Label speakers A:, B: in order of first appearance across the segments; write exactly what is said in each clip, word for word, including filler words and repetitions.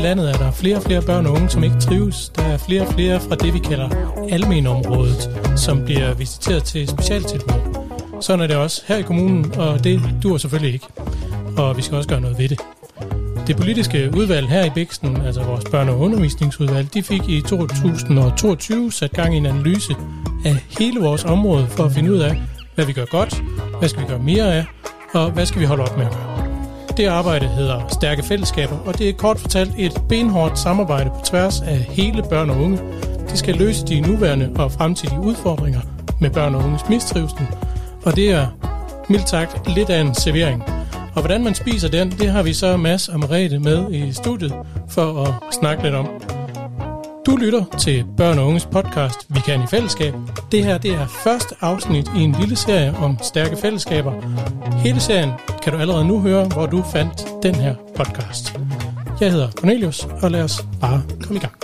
A: landet er der flere og flere børn og unge, som ikke trives. Der er flere og flere fra det, vi kalder almenområdet, som bliver visiteret til specialtilbud. Sådan er det også her i kommunen, og det duer selvfølgelig ikke. Og vi skal også gøre noget ved det. Det politiske udvalg her i Biksten, altså vores børne- og undervisningsudvalg, de fik i to tusind og toogtyve sat gang i en analyse af hele vores område for at finde ud af, hvad vi gør godt, hvad skal vi gøre mere af, og hvad skal vi holde op med at gøre. Det arbejde hedder Stærke Fællesskaber, og det er kort fortalt et benhårdt samarbejde på tværs af hele børn og unge. De skal løse de nuværende og fremtidige udfordringer med børn og unges mistrivsel, og det er mildt sagt lidt af en servering. Og hvordan man spiser den, det har vi så Mads og Merete med i studiet for at snakke lidt om. Du lytter til Børn og Unges podcast Vi kan i fællesskab. Det her det er første afsnit i en lille serie om stærke fællesskaber. Hele serien kan du allerede nu høre, hvor du fandt den her podcast. Jeg hedder Cornelius, og lad os bare komme i gang.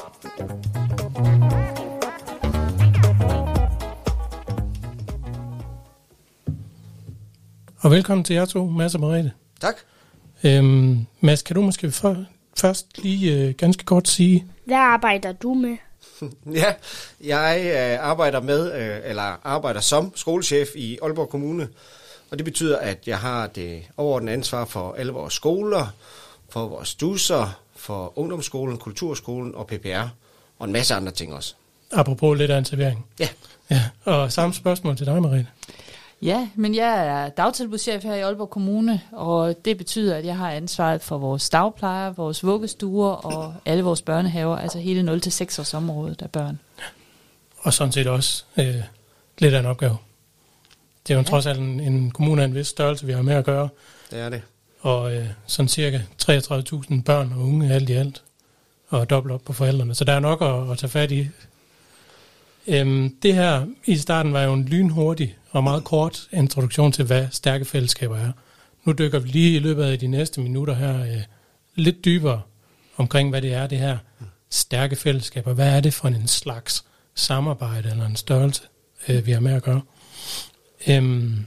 A: Og velkommen til jer to, Mads og Merete.
B: Tak.
A: Øhm, Mads, kan du måske for, først lige øh, ganske kort sige...
C: Hvad arbejder du med?
B: Ja, jeg øh, arbejder med, øh, eller arbejder som skolechef i Aalborg Kommune. Og det betyder, at jeg har det overordnede ansvar for alle vores skoler, for vores stusser, for ungdomsskolen, kulturskolen og P P R. Og en masse andre ting også.
A: Apropos lidt af en servering.
B: Ja.
A: Ja. Og samme spørgsmål til dig, Merete.
D: Ja, men jeg er dagtilbudschef her i Aalborg Kommune, og det betyder, at jeg har ansvaret for vores dagplejer, vores vuggestuer og alle vores børnehaver, altså hele nul til seks års området af børn.
A: Og sådan set også øh, lidt af en opgave. Det er jo ja. trods alt en, en kommune af en vis størrelse, vi har med at gøre.
B: Det er det.
A: Og øh, sådan cirka treogtredive tusind børn og unge alt i alt, og dobbelt op på forældrene. Så der er nok at, at tage fat i. Øhm, det her i starten var jo en lynhurtig og meget kort introduktion til, hvad stærke fællesskaber er. Nu dykker vi lige i løbet af de næste minutter her øh, lidt dybere omkring, hvad det er, det her stærke fællesskaber. Hvad er det for en slags samarbejde eller en størrelse, øh, vi har med at gøre? Øhm,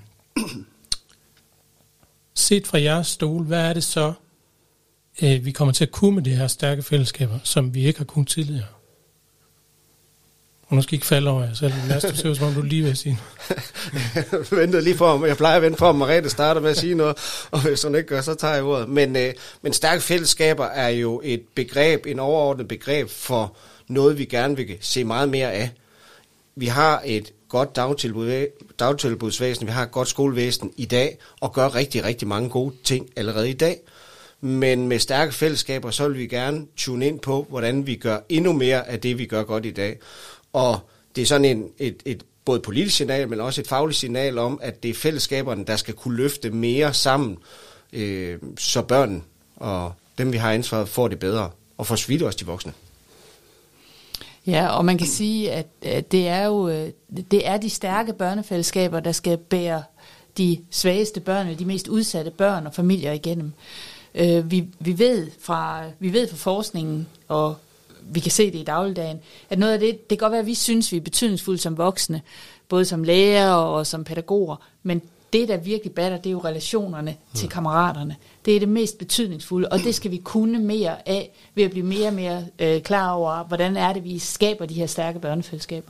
A: set fra jeres stol, hvad er det så, øh, vi kommer til at kunne med de her stærke fællesskaber, som vi ikke har kunnet tidligere? Og nu skal I ikke falde over jer selv. Lad os se, som om du lige vil sige.
B: Jeg ventede lige for, jeg plejer at vente for, at Merete starter med at sige noget, og hvis hun ikke gør, så tager jeg ordet. Men, øh, men stærke fællesskaber er jo et begreb, en overordnet begreb for noget, vi gerne vil se meget mere af. Vi har et godt dagtilbud, dagtilbudsvæsen, vi har et godt skolevæsen i dag, og gør rigtig, rigtig mange gode ting allerede i dag. Men med stærke fællesskaber, så vil vi gerne tune ind på, hvordan vi gør endnu mere af det, vi gør godt i dag. Og det er sådan en, et, et både politisk signal, men også et fagligt signal om, at det er fællesskaberne, der skal kunne løfte mere sammen, øh, så børn og dem, vi har ansvaret, får det bedre, og for så vidt også de voksne.
D: Ja, og man kan sige, at, at det er jo det er de stærke børnefællesskaber, der skal bære de svageste børn, de mest udsatte børn og familier igennem. Øh, vi, vi ved fra vi ved fra forskningen, og vi kan se det i dagligdagen, at noget af det, det kan godt være, at vi synes, vi er betydningsfulde som voksne, både som lærer og som pædagoger, men det, der virkelig batter, det er jo relationerne mm. til kammeraterne. Det er det mest betydningsfulde, og det skal vi kunne mere af, ved at blive mere og mere øh, klar over, hvordan er det, vi skaber de her stærke børnefællesskaber.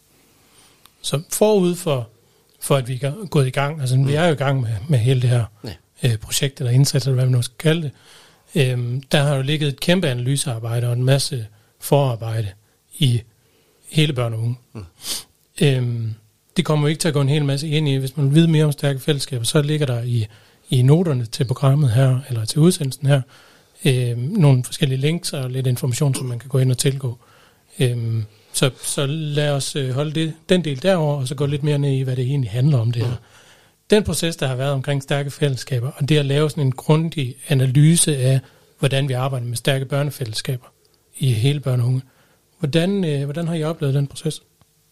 A: Så forud for, for at vi er gået i gang, altså mm. vi er jo i gang med, med hele det her ja. øh, projekt, eller indsats, eller hvad vi nu skal kalde det, øhm, der har jo ligget et kæmpe analysearbejde og en masse forarbejde i hele børn og unge. Mm. Øhm, det kommer jo ikke til at gå en hel masse ind i. Hvis man vil vide mere om stærke fællesskaber, så ligger der i, i noterne til programmet her, eller til udsendelsen her, øhm, nogle forskellige links og lidt information, som man kan gå ind og tilgå. Øhm, så, så lad os øh, holde det, den del derover og så gå lidt mere ned i, hvad det egentlig handler om det her. Mm. Den proces, der har været omkring stærke fællesskaber, og det at lave sådan en grundig analyse af, hvordan vi arbejder med stærke børnefællesskaber i hele børn og unge. Hvordan, øh, hvordan har I oplevet den proces?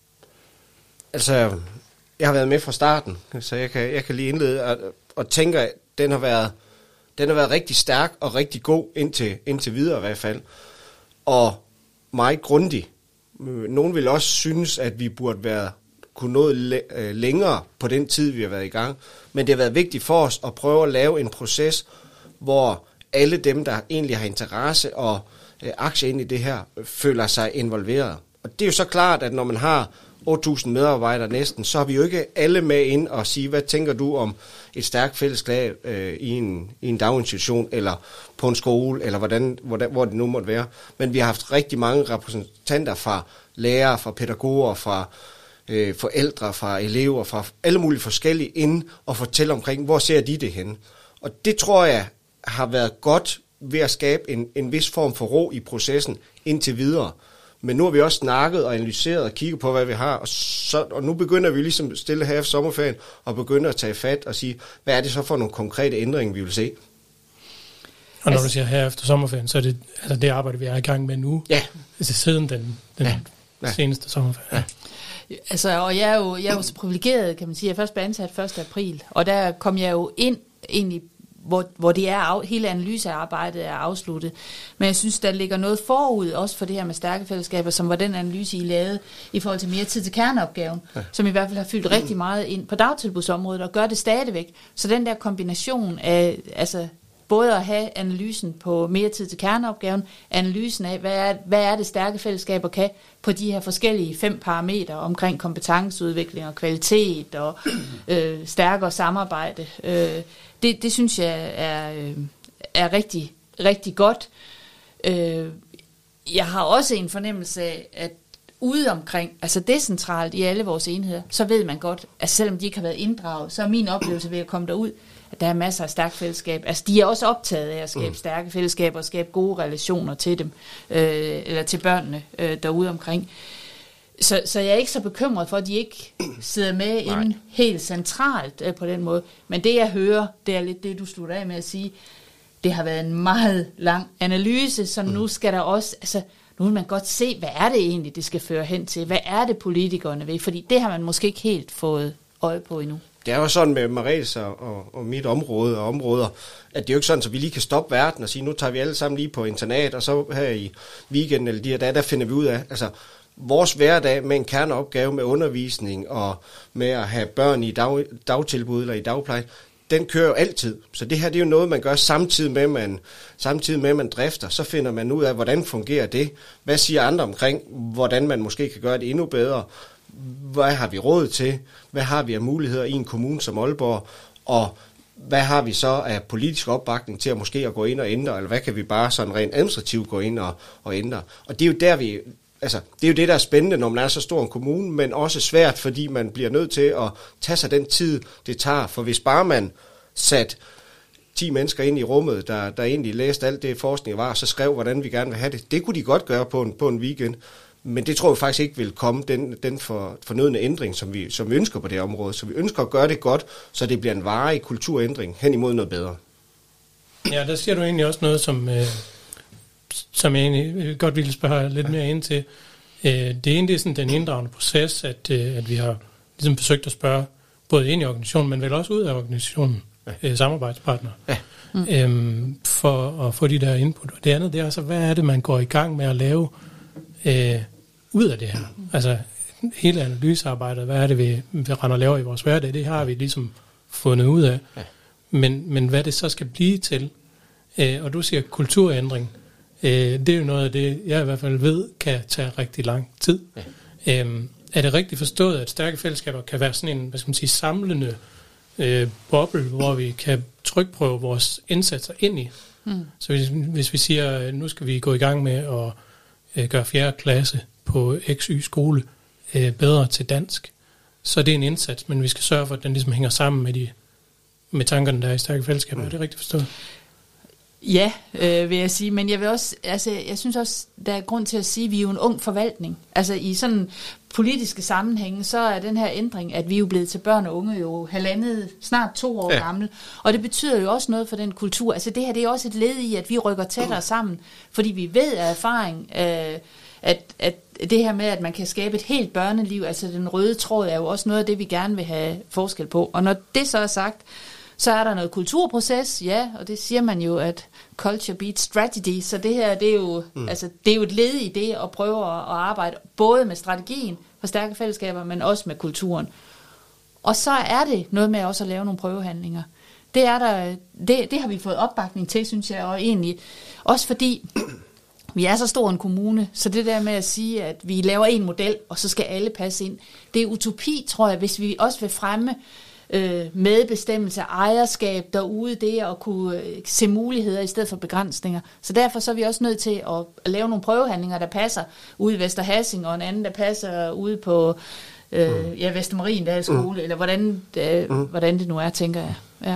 B: Altså, jeg har været med fra starten, så jeg kan, jeg kan lige indlede og, og tænker, at den har været, den har været rigtig stærk og rigtig god indtil, indtil videre i hvert fald. Og meget grundig. Nogen vil også synes, at vi burde være kunne nå længere på den tid, vi har været i gang. Men det har været vigtigt for os at prøve at lave en proces, hvor alle dem, der egentlig har interesse og øh, aktier ind i det her, føler sig involveret. Og det er jo så klart, at når man har otte tusind medarbejdere næsten, så har vi jo ikke alle med ind og sige, hvad tænker du om et stærkt fællesskab øh, i, en, i en daginstitution, eller på en skole, eller hvordan, hvordan, hvor det nu måtte være. Men vi har haft rigtig mange repræsentanter fra lærere, fra pædagoger, fra øh, forældre, fra elever, fra alle mulige forskellige ind og fortælle omkring, hvor ser de det henne. Og det tror jeg har været godt ved at skabe en, en vis form for ro i processen indtil videre. Men nu har vi også snakket og analyseret og kigget på, hvad vi har, og, så, og nu begynder vi ligesom stille her efter sommerferien og begynder at tage fat og sige, hvad er det så for nogle konkrete ændringer, vi vil se?
A: Og når du siger her efter sommerferien, så er det altså det arbejde, vi er i gang med nu,
B: ja.
A: altså siden den, den ja. Ja. seneste sommerferie.
D: Ja. Altså, og jeg er jo, jeg er jo så privilegeret, kan man sige. Jeg først blev ansat første april, og der kom jeg jo ind egentlig, hvor, hvor det er af, hele analysearbejdet er afsluttet. Men jeg synes, der ligger noget forud, også for det her med stærke fællesskaber, som var den analyse, I lavede i forhold til mere tid til kerneopgaven, ja. Som i hvert fald har fyldt rigtig meget ind på dagtilbudsområdet, og gør det stadigvæk. Så den der kombination af, altså både at have analysen på mere tid til kerneopgaven, analysen af, hvad er, hvad er det stærke fællesskaber kan på de her forskellige fem parametre omkring kompetenceudvikling og kvalitet og øh, stærkere samarbejde. Øh, det, det synes jeg er, øh, er rigtig, rigtig godt. Øh, jeg har også en fornemmelse af, at ude omkring, altså decentralt i alle vores enheder, så ved man godt, at selvom de ikke har været inddraget, så er min oplevelse ved at komme derud, at der er masser af stærkt fællesskab. Altså, de er også optaget af at skabe stærke fællesskaber og skabe gode relationer til dem, øh, eller til børnene øh, derude omkring. Så, så jeg er ikke så bekymret for, at de ikke sidder med inde helt centralt øh, på den måde. Men det, jeg hører, det er lidt det, du slutter af med at sige, det har været en meget lang analyse, så nu skal der også, altså, nu vil man godt se, hvad er det egentlig, det skal føre hen til? Hvad er det, politikerne vil? Fordi det har man måske ikke helt fået øje på endnu. Det
B: er jo sådan med Maries og, og mit område og områder, at det er jo ikke sådan, at vi lige kan stoppe verden og sige, nu tager vi alle sammen lige på internat, og så her i weekenden eller de her dage, der finder vi ud af, altså vores hverdag med en kerneopgave med undervisning og med at have børn i dag, dagtilbud eller i dagpleje, den kører jo altid. Så det her, det er jo noget, man gør samtidig med, man, samtidig med, man drifter. Så finder man ud af, hvordan fungerer det? Hvad siger andre omkring, hvordan man måske kan gøre det endnu bedre? Hvad har vi råd til? Hvad har vi af muligheder i en kommune som Aalborg? Og hvad har vi så af politisk opbakning til at måske at gå ind og ændre? Eller hvad kan vi bare sådan rent administrativt gå ind og, og ændre? Og det er jo der, vi... Altså, det er jo det, der er spændende, når man er så stor en kommune, men også svært, fordi man bliver nødt til at tage sig den tid, det tager. For hvis bare man satte ti mennesker ind i rummet, der, der egentlig læste alt det forskning var, så skrev, hvordan vi gerne vil have det. Det kunne de godt gøre på en, på en weekend, men det tror jeg faktisk ikke vil komme den, den for, fornødne ændring, som vi, som vi ønsker på det område. Så vi ønsker at gøre det godt, så det bliver en varig kulturændring hen imod noget bedre.
A: Ja, der siger du egentlig også noget, som... Øh som jeg egentlig godt ville spørge lidt mere ind til. Det ene, det er sådan den inddragende proces, at, at vi har ligesom forsøgt at spørge både ind i organisationen, men vel også ud af organisationen, ja. samarbejdspartnere, ja. mm. øhm, for at få de der input. Og det andet, det er altså, hvad er det, man går i gang med at lave øh, ud af det her? Mm. Altså hele analysearbejdet, hvad er det, vi, vi render og laver i vores hverdag, det har vi ligesom fundet ud af. Ja. Men, men hvad det så skal blive til, øh, og du siger kulturændring, det er jo noget af det, jeg i hvert fald ved, kan tage rigtig lang tid. Ja. Øhm, er det rigtigt forstået, at stærke fællesskaber kan være sådan en, hvad skal man sige, samlende øh, boble, hvor vi kan trykprøve vores indsatser ind i? Mm. Så hvis, hvis vi siger, nu skal vi gå i gang med at øh, gøre fjerde klasse på X Y skole øh, bedre til dansk, så er det en indsats, men vi skal sørge for, at den ligesom hænger sammen med, de, med tankerne, der er i stærke fællesskaber. Mm. Er det rigtigt forstået?
D: Ja, øh, vil jeg sige, men jeg vil også, altså, jeg synes også, der er grund til at sige, at vi er jo en ung forvaltning. Altså i sådan politiske sammenhænge, så er den her ændring, at vi er jo blevet til børn og unge jo halvandet, snart to år ja. gammel, og det betyder jo også noget for den kultur. Altså det her, det er også et led i, at vi rykker tættere sammen, fordi vi ved af erfaring, øh, at, at det her med, at man kan skabe et helt børneliv, altså den røde tråd, er jo også noget af det, vi gerne vil have forskel på. Og når det så er sagt, så er der noget kulturproces, ja, og det siger man jo, at culture beats strategy, så det her, det er jo, mm. altså, det er jo et led i det at prøve at, at arbejde både med strategien for stærke fællesskaber, men også med kulturen. Og så er det noget med også at lave nogle prøvehandlinger. Det er der, det, det har vi fået opbakning til, synes jeg, og egentlig også fordi, vi er så stor en kommune, så det der med at sige, at vi laver en model, og så skal alle passe ind, det er utopi, tror jeg, hvis vi også vil fremme øh, medbestemmelse, ejerskab derude, det at kunne øh, se muligheder i stedet for begrænsninger. Så derfor så er vi også nødt til at, at lave nogle prøvehandlinger, der passer ude i Vester Hassing, og en anden, der passer ude på øh, mm. ja, Vestermariendal skole, mm. eller hvordan, øh, mm. hvordan det nu er, tænker jeg. Ja.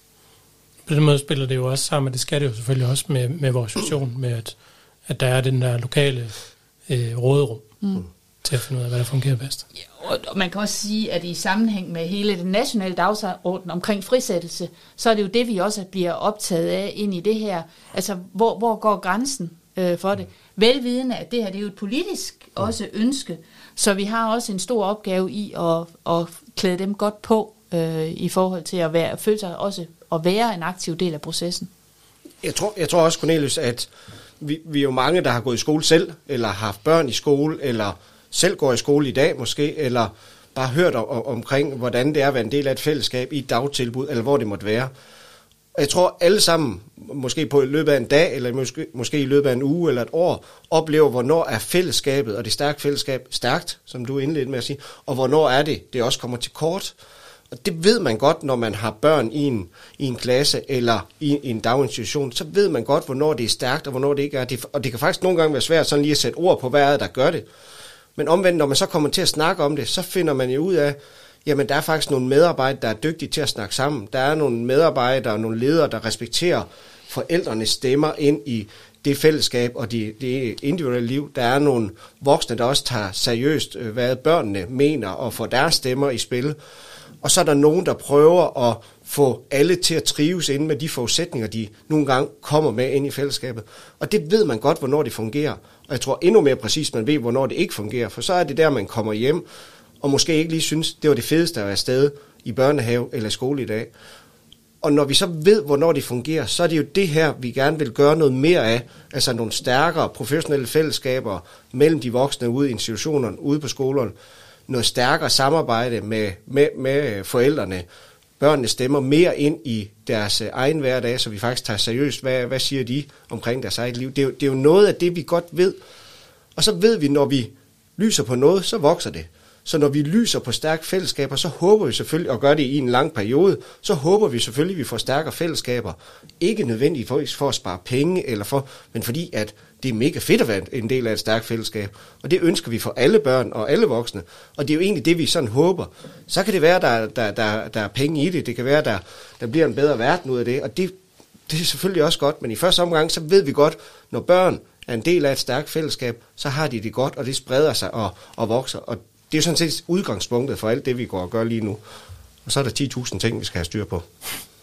A: På den måde spiller det jo også sammen, og det skal det jo selvfølgelig også med, med vores vision, med at, at der er den der lokale øh, råderum mm. til at finde ud af, hvad der fungerer bedst.
D: Ja, og, og man kan også sige, at i sammenhæng med hele den nationale dagsorden omkring frisættelse, så er det jo det, vi også bliver optaget af ind i det her. Altså, hvor, hvor går grænsen øh, for det? Velvidende, at det her det er jo et politisk også ønske, så vi har også en stor opgave i at, at klæde dem godt på øh, i forhold til at være, føle sig også at være en aktiv del af processen.
B: Jeg tror, jeg tror også, Cornelius, at vi, vi er jo mange, der har gået i skole selv, eller har haft børn i skole, eller selv går i skole i dag måske, eller bare hørt om, omkring, hvordan det er at være en del af et fællesskab i et dagtilbud, eller hvor det måtte være. Jeg tror alle sammen, måske på i løbet af en dag, eller måske, måske i løbet af en uge eller et år, oplever, hvornår er fællesskabet, og det stærke fællesskab stærkt, som du indledte med at sige, og hvornår er det, det også kommer til kort. Og det ved man godt, når man har børn i en, i en klasse eller i, i en daginstitution, så ved man godt, hvornår det er stærkt, og hvornår det ikke er. Det, og det kan faktisk nogle gange være svært sådan lige at sætte ord på, hvad er det, der gør det. Men omvendt, når man så kommer til at snakke om det, så finder man jo ud af, jamen der er faktisk nogle medarbejdere, der er dygtige til at snakke sammen. Der er nogle medarbejdere og nogle ledere, der respekterer forældrenes stemmer ind i det fællesskab og det de individuelle liv. Der er nogle voksne, der også tager seriøst, hvad børnene mener, og får deres stemmer i spil. Og så er der nogen, der prøver at få alle til at trives inden med de forudsætninger, de nogle gange kommer med ind i fællesskabet. Og det ved man godt, hvornår det fungerer. Og jeg tror endnu mere præcis, man ved, hvornår det ikke fungerer. For så er det der, man kommer hjem, og måske ikke lige synes, det var det fedeste at være afsted i børnehave eller skole i dag. Og når vi så ved, hvornår det fungerer, så er det jo det her, vi gerne vil gøre noget mere af. Altså nogle stærkere professionelle fællesskaber mellem de voksne ude i institutionerne, ude på skolerne. Noget stærkere samarbejde med, med, med forældrene. Børnene stemmer mere ind i deres egen hverdag, så vi faktisk tager seriøst, hvad, hvad siger de omkring deres eget liv. Det er, jo, det er jo noget af det, vi godt ved. Og så ved vi, når vi lyser på noget, så vokser det. Så når vi lyser på stærke fællesskaber, så håber vi selvfølgelig, og gør det i en lang periode, så håber vi selvfølgelig, at vi får stærkere fællesskaber. Ikke nødvendigt for, for at spare penge, eller for, men fordi at det er mega fedt at være en del af et stærkt fællesskab. Og det ønsker vi for alle børn og alle voksne. Og det er jo egentlig det, vi sådan håber. Så kan det være, at der, der, der, der er penge i det. Det kan være, at der, der bliver en bedre verden ud af det. Og det, det er selvfølgelig også godt. Men i første omgang, så ved vi godt, når børn er en del af et stærkt fællesskab, så har de det godt, og det spreder sig og, og vokser. Og det er jo sådan set udgangspunktet for alt det, vi går og gør lige nu. Og så er der ti tusind ting, vi skal have styr på.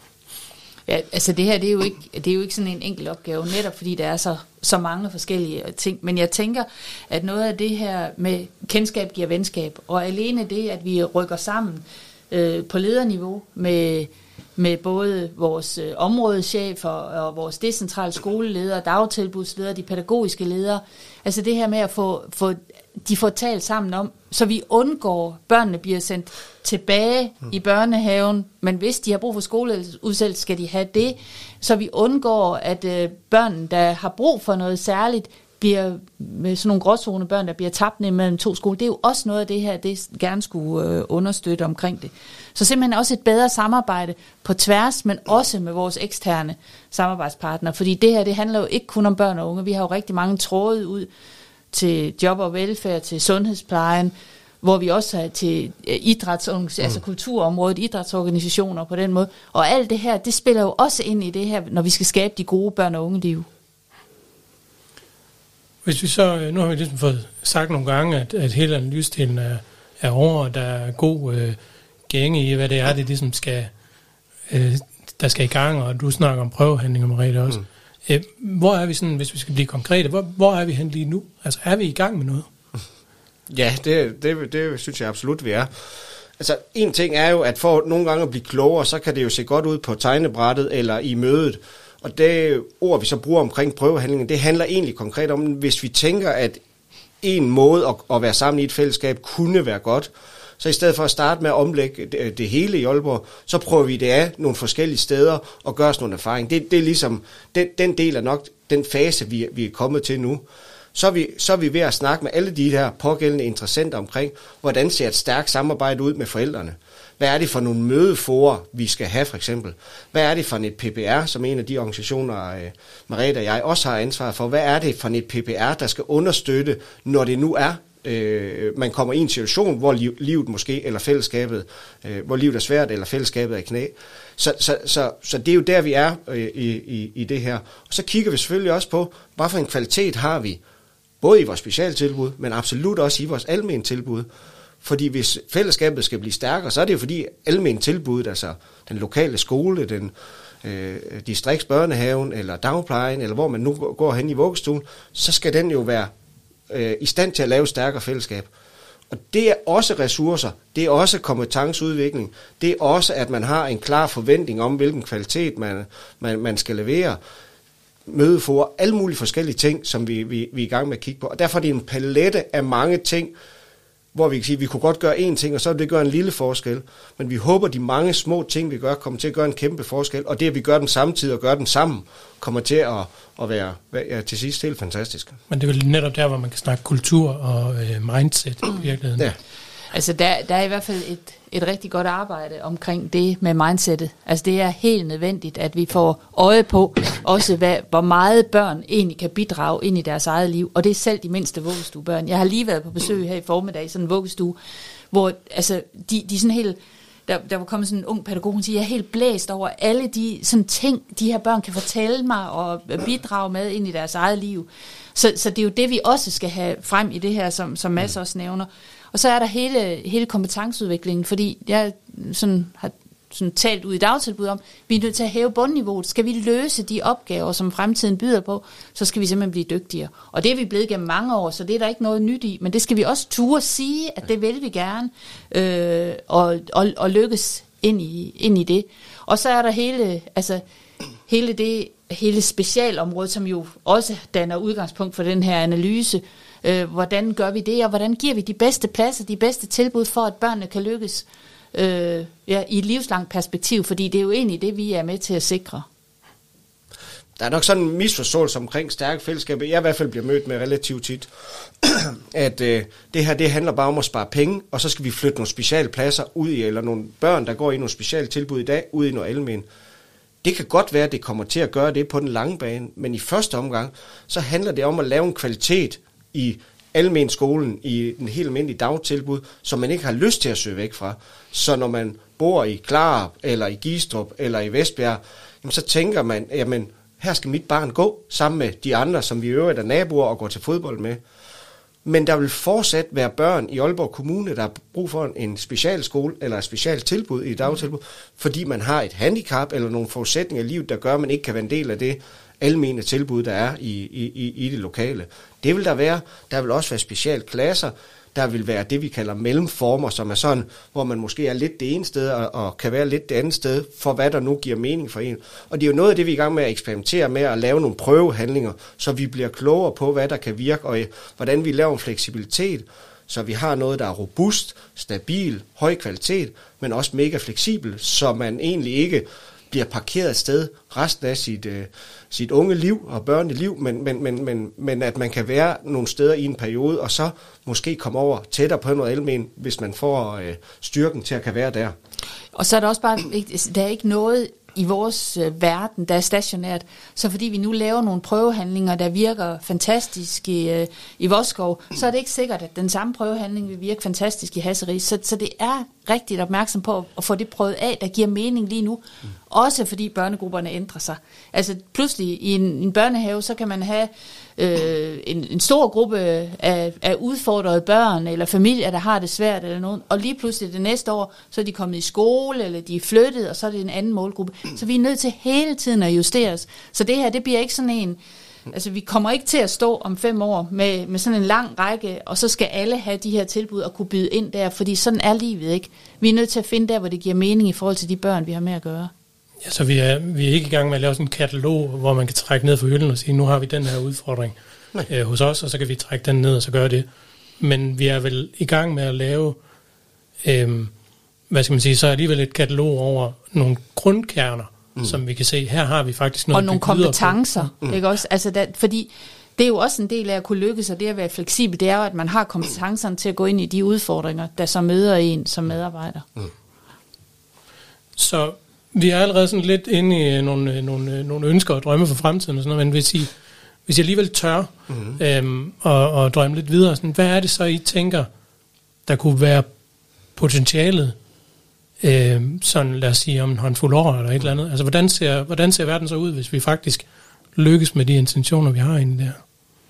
D: Ja, altså det her, det er jo ikke, det er jo ikke sådan en enkelt opgave, netop fordi der er så, så mange forskellige ting. Men jeg tænker, at noget af det her med kendskab giver venskab, og alene det, at vi rykker sammen øh, på lederniveau med, med både vores øh, områdeschefer og vores decentrale skoleledere, dagtilbudsledere, de pædagogiske ledere. Altså det her med at få, få de får talt sammen om, så vi undgår, børnene bliver sendt tilbage mm. i børnehaven, men hvis de har brug for skoleudsættelse, skal de have det, så vi undgår, at øh, børn, der har brug for noget særligt, bliver med sådan nogle gråzonebørn, der bliver tabt ned mellem to skoler. Det er jo også noget af det her, det gerne skulle øh, understøtte omkring det. Så simpelthen også et bedre samarbejde på tværs, men også med vores eksterne samarbejdspartnere, fordi det her, det handler jo ikke kun om børn og unge. Vi har jo rigtig mange tråde ud til job og velfærd, til sundhedsplejen, hvor vi også har til idrætsorganisationer, mm. altså kulturområdet, idrætsorganisationer på den måde. Og alt det her, det spiller jo også ind i det her, når vi skal skabe de gode børn- og unge-liv.
A: Hvis vi så, nu har vi ligesom fået sagt nogle gange, at, at hele analysedelen er, er over, og der er god øh, gænge i, hvad det er, det ligesom skal, øh, der skal i gang, og du snakker om prøvehandlinger, Merete, også. Mm. Øh, hvor er vi sådan, hvis vi skal blive konkrete, hvor, hvor er vi hen lige nu? Altså, er vi i gang med noget?
B: Ja, det, det, det synes jeg absolut, vi er. Altså, en ting er jo, at for nogle gange at blive klogere, så kan det jo se godt ud på tegnebrættet eller i mødet. Og det ord, vi så bruger omkring prøvehandlingen, det handler egentlig konkret om, hvis vi tænker, at en måde at, at være sammen i et fællesskab kunne være godt, så i stedet for at starte med at omlægge det, det hele i Aalborg, så prøver vi det af nogle forskellige steder og gør os nogle erfaring. Det, det er ligesom, den, den del er nok den fase, vi, vi er kommet til nu, så er, vi, så er vi ved at snakke med alle de her pågældende interessenter omkring, hvordan ser et stærkt samarbejde ud med forældrene. Hvad er det for nogle mødeforer, vi skal have for eksempel? Hvad er det for et P P R, som en af de organisationer, øh, Merete og jeg også har ansvar for? Hvad er det for et P P R, der skal understøtte, når det nu er, øh, man kommer i en situation, hvor liv, livet måske, eller fællesskabet, øh, hvor livet er svært, eller fællesskabet er i knæ. Så, så, så, så det er jo der, vi er øh, i, i, i det her. Og så kigger vi selvfølgelig også på, hvad for en kvalitet har vi, både i vores specialtilbud, men absolut også i vores almene tilbud. Fordi hvis fællesskabet skal blive stærkere, så er det jo fordi almene tilbud, altså den lokale skole, den øh, distriktsbørnehaven eller dagplejen, eller hvor man nu går hen i vuggestuen, så skal den jo være øh, i stand til at lave stærkere fællesskab. Og det er også ressourcer, det er også kompetenceudvikling, det er også, at man har en klar forventning om, hvilken kvalitet man, man, man skal levere, mødefor, alle mulige forskellige ting, som vi, vi, vi er i gang med at kigge på. Og derfor er det en palette af mange ting, hvor vi kan sige, at vi kunne godt gøre én ting, og så vil det gøre en lille forskel. Men vi håber, at de mange små ting, vi gør, kommer til at gøre en kæmpe forskel. Og det, at vi gør dem samtidig og gør dem sammen, kommer til at, at være ja, til sidst helt fantastisk.
A: Men det er vel netop der, hvor man kan snakke kultur og øh, mindset i virkeligheden.
B: Ja.
D: Altså, der, der er i hvert fald et, et rigtig godt arbejde omkring det med mindsetet. Altså, det er helt nødvendigt, at vi får øje på også, hvad, hvor meget børn egentlig kan bidrage ind i deres eget liv. Og det er selv de mindste vuggestuebørn. Jeg har lige været på besøg her i formiddag i sådan en vuggestue, hvor altså, de, de sådan helt... Der, der var kommet sådan en ung pædagog, hun siger, jeg er helt blæst over alle de sådan ting, de her børn kan fortælle mig og bidrage med ind i deres eget liv. Så, så det er jo det, vi også skal have frem i det her, som, som Mads også nævner. Og så er der hele, hele kompetenceudviklingen, fordi jeg sådan har sådan talt ud i dagtilbud om, vi er nødt til at hæve bundniveauet. Skal vi løse de opgaver, som fremtiden byder på, så skal vi simpelthen blive dygtigere. Og det er vi blevet gennem mange år, så det er der ikke noget nyt i, men det skal vi også turde sige, at det vil vi gerne, øh, og, og, og lykkes ind i, ind i det. Og så er der hele, altså, hele det hele specialområde, som jo også danner udgangspunkt for den her analyse. Øh, hvordan gør vi det, og hvordan giver vi de bedste pladser, de bedste tilbud for, at børnene kan lykkes øh, ja, i et livslangt perspektiv, fordi det er jo egentlig det, vi er med til at sikre.
B: Der er nok sådan en misforståelse omkring stærke fællesskaber, jeg i hvert fald bliver mødt med relativt tit, at øh, det her, det handler bare om at spare penge, og så skal vi flytte nogle speciale pladser ud i, eller nogle børn, der går i nogle speciale tilbud i dag, ud i noget almen. Det kan godt være, at det kommer til at gøre det på den lange bane, men i første omgang, så handler det om at lave en kvalitet i almenskolen, i den helt almindelige dagtilbud, som man ikke har lyst til at søge væk fra. Så når man bor i Klarup, eller i Gistrup, eller i Vestbjerg, jamen så tænker man, jamen her skal mit barn gå sammen med de andre, som vi i øvrigt er naboer og går til fodbold med. Men der vil fortsat være børn i Aalborg Kommune, der har brug for en specialskole eller et specialtilbud i et dagtilbud, fordi man har et handicap eller nogle forudsætninger i livet, der gør, at man ikke kan være en del af det almene tilbud, der er i, i, i det lokale. Det vil der være. Der vil også være specialklasser. Der vil være det, vi kalder mellemformer, som er sådan, hvor man måske er lidt det ene sted, og, og kan være lidt det andet sted, for hvad der nu giver mening for en. Og det er jo noget af det, vi er i gang med at eksperimentere med, at lave nogle prøvehandlinger, så vi bliver klogere på, hvad der kan virke, og hvordan vi laver en fleksibilitet, så vi har noget, der er robust, stabil, høj kvalitet, men også mega fleksibel, så man egentlig ikke bliver parkeret et sted resten af sit, øh, sit unge liv og børneliv, men, men, men, men, men at man kan være nogle steder i en periode, og så måske komme over tættere på noget almen, hvis man får øh, styrken til at kan være der. Og så er der også bare, der er ikke noget i vores øh, verden, der er stationært, så fordi vi nu laver nogle prøvehandlinger, der virker fantastisk i, øh, i Vodskov, så er det ikke sikkert, at den samme prøvehandling vil virke fantastisk i Hasseris. Så, så det er rigtig opmærksom på at få det prøvet af, der giver mening lige nu. Mm. Også fordi børnegrupperne ændrer sig. Altså pludselig i en, en børnehave, så kan man have øh, en, en stor gruppe af, af udfordrede børn, eller familier, der har det svært, eller noget. Og lige pludselig det næste år, så er de kommet i skole, eller de er flyttet, og så er det en anden målgruppe. Så vi er nødt til hele tiden at justere os. Så det her, det bliver ikke sådan en... Altså, vi kommer ikke til at stå om fem år med, med sådan en lang række, og så skal alle have de her tilbud og kunne byde ind der, fordi sådan er livet ikke. Vi er nødt til at finde der, hvor det giver mening i forhold til de børn, vi har med at gøre.
A: Ja, så vi er, vi er ikke i gang med at lave sådan en katalog, hvor man kan trække ned fra hylden og sige, nu har vi den her udfordring øh, hos os, og så kan vi trække den ned og så gøre det. Men vi er vel i gang med at lave, øh, hvad skal man sige, så alligevel et katalog over nogle grundkerner, mm. som vi kan se, her har vi faktisk noget.
D: Og nogle kompetencer, mm. ikke også? Altså, der, fordi det er jo også en del af at kunne lykkes, og det at være fleksibel, det er jo, at man har kompetencerne til at gå ind i de udfordringer, der så møder en som medarbejder. Mm.
A: Så vi er allerede sådan lidt inde i nogle, nogle, nogle ønsker og drømme for fremtiden, og sådan noget, men hvis I, hvis I alligevel tør mm. øhm, og, og drømme lidt videre, sådan, hvad er det så, I tænker, der kunne være potentialet, øhm, sådan lad os sige, om en håndfuld år eller et eller andet? Altså, hvordan ser, hvordan ser verden så ud, hvis vi faktisk lykkes med de intentioner, vi har inde der?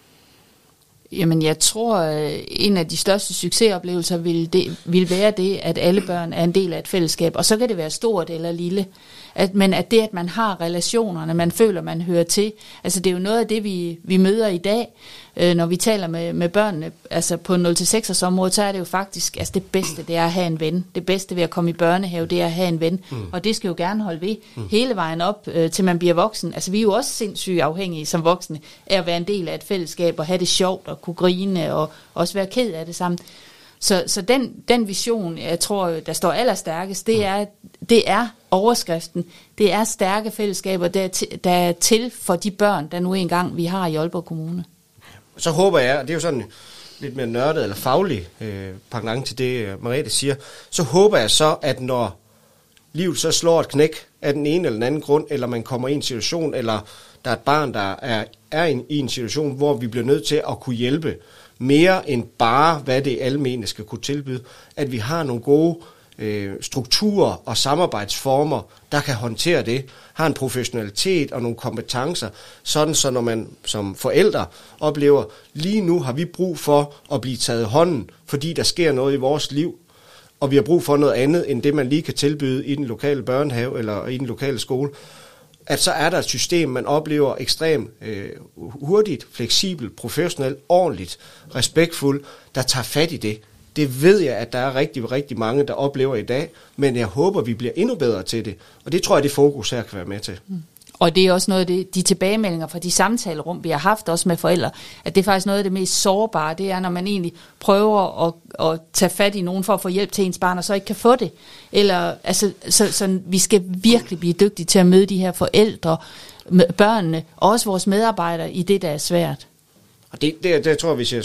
D: Jamen, jeg tror, at en af de største succesoplevelser vil, det, vil være det, at alle børn er en del af et fællesskab. Og så kan det være stort eller lille. At, men at det, at man har relationerne, man føler, man hører til. Altså, det er jo noget af det, vi, vi møder i dag, øh, når vi taler med, med børnene. Altså, på nul til seks års område, så er det jo faktisk, altså det bedste, det er at have en ven. Det bedste ved at komme i børnehave, det er at have en ven. Mm. Og det skal jo gerne holde ved mm. hele vejen op, øh, til man bliver voksen. Altså, vi er jo også sindssygt afhængige som voksne af at være en del af et fællesskab, og have det sjovt, og kunne grine, og også være ked af det sammen. Så, så den, den vision, jeg tror, der står allerstærkest, det er, det er overskriften. Det er stærke fællesskaber, der er, til, der er til for de børn, der nu engang vi har i Aalborg Kommune.
B: Så håber jeg, og det er jo sådan lidt mere nørdet eller faglig øh, pendant til det, Merete siger, så håber jeg så, at når livet så slår et knæk af den ene eller den anden grund, eller man kommer i en situation, eller der er et barn, der er, er i, en, i en situation, hvor vi bliver nødt til at kunne hjælpe mere end bare, hvad det almene skal kunne tilbyde, at vi har nogle gode øh, strukturer og samarbejdsformer, der kan håndtere det, har en professionalitet og nogle kompetencer, sådan så når man som forældre oplever, lige nu har vi brug for at blive taget i hånden, fordi der sker noget i vores liv, og vi har brug for noget andet, end det man lige kan tilbyde i den lokale børnehave eller i den lokale skole, at så er der et system, man oplever ekstremt øh, hurtigt, fleksibelt, professionelt, ordentligt, respektfuldt, der tager fat i det. Det ved jeg, at der er rigtig, rigtig mange, der oplever i dag, men jeg håber, vi bliver endnu bedre til det. Og det tror jeg, det fokus her kan være med til. Mm.
D: Og det er også noget af det, de tilbagemeldinger fra de samtalerum, vi har haft også med forældre, at det er faktisk noget af det mest sårbare, det er, når man egentlig prøver at, at tage fat i nogen for at få hjælp til ens barn, og så ikke kan få det. Eller, altså, så, så vi skal virkelig blive dygtige til at møde de her forældre, børnene, og også vores medarbejdere i det, der er svært.
B: Og det, det, det tror jeg, hvis jeg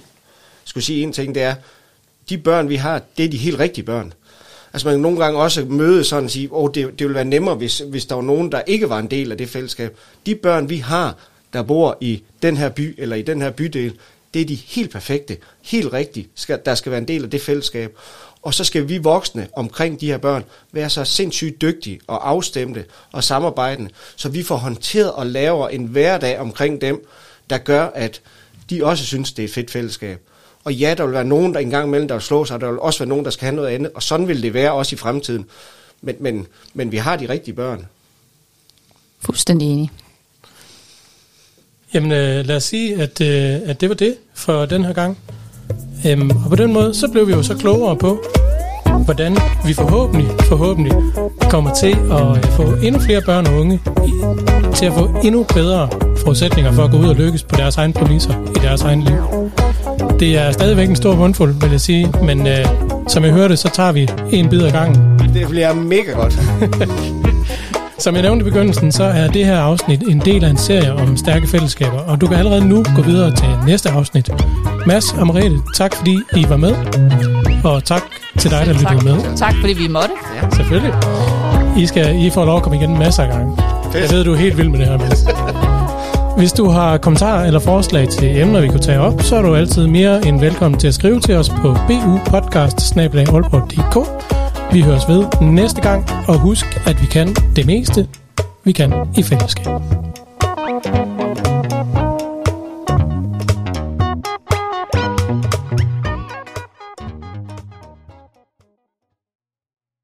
B: skulle sige en ting, det er, de børn, vi har, det er de helt rigtige børn. Altså man kan nogle gange også møde sådan og sige, åh, det, det ville være nemmere, hvis, hvis der var nogen, der ikke var en del af det fællesskab. De børn, vi har, der bor i den her by, eller i den her bydel, det er de helt perfekte, helt rigtige, skal, der skal være en del af det fællesskab. Og så skal vi voksne omkring de her børn være så sindssygt dygtige og afstemte og samarbejdende, så vi får håndteret og laver en hverdag omkring dem, der gør, at de også synes, det er et fedt fællesskab. Og ja, der vil være nogen, der engang imellem, der vil slå sig, og der vil også være nogen, der skal have noget andet, og sådan vil det være også i fremtiden. Men, men, men vi har de rigtige børn.
D: Fuldstændig enig.
A: Jamen øh, lad os sige, at, øh, at det var det for den her gang. Øhm, og på den måde, så blev vi jo så klogere på, hvordan vi forhåbentlig, forhåbentlig kommer til at øh, få endnu flere børn og unge i, til at få endnu bedre forudsætninger for at gå ud og lykkes på deres egne præmisser i deres egen liv. Det er stadigvæk en stor mundfuld, vil jeg sige, men øh, som jeg hørte, så tager vi en bid ad gangen.
B: Det bliver mega godt.
A: Som jeg nævnte i begyndelsen, så er det her afsnit en del af en serie om stærke fællesskaber, og du kan allerede nu gå videre til næste afsnit. Mads og Merete, tak fordi I var med, og tak til dig, der lyttede med.
D: Tak fordi vi måtte.
A: Ja, selvfølgelig. I, skal, I får lov at komme igen masser af gange. Jeg ved, du er helt vild med det her, Mads. Hvis du har kommentarer eller forslag til emner, vi kunne tage op, så er du altid mere end velkommen til at skrive til os på b u podcast snabel-a aalborg punktum d k. Vi høres ved næste gang, og husk, at vi kan det meste, vi kan i fællesskab.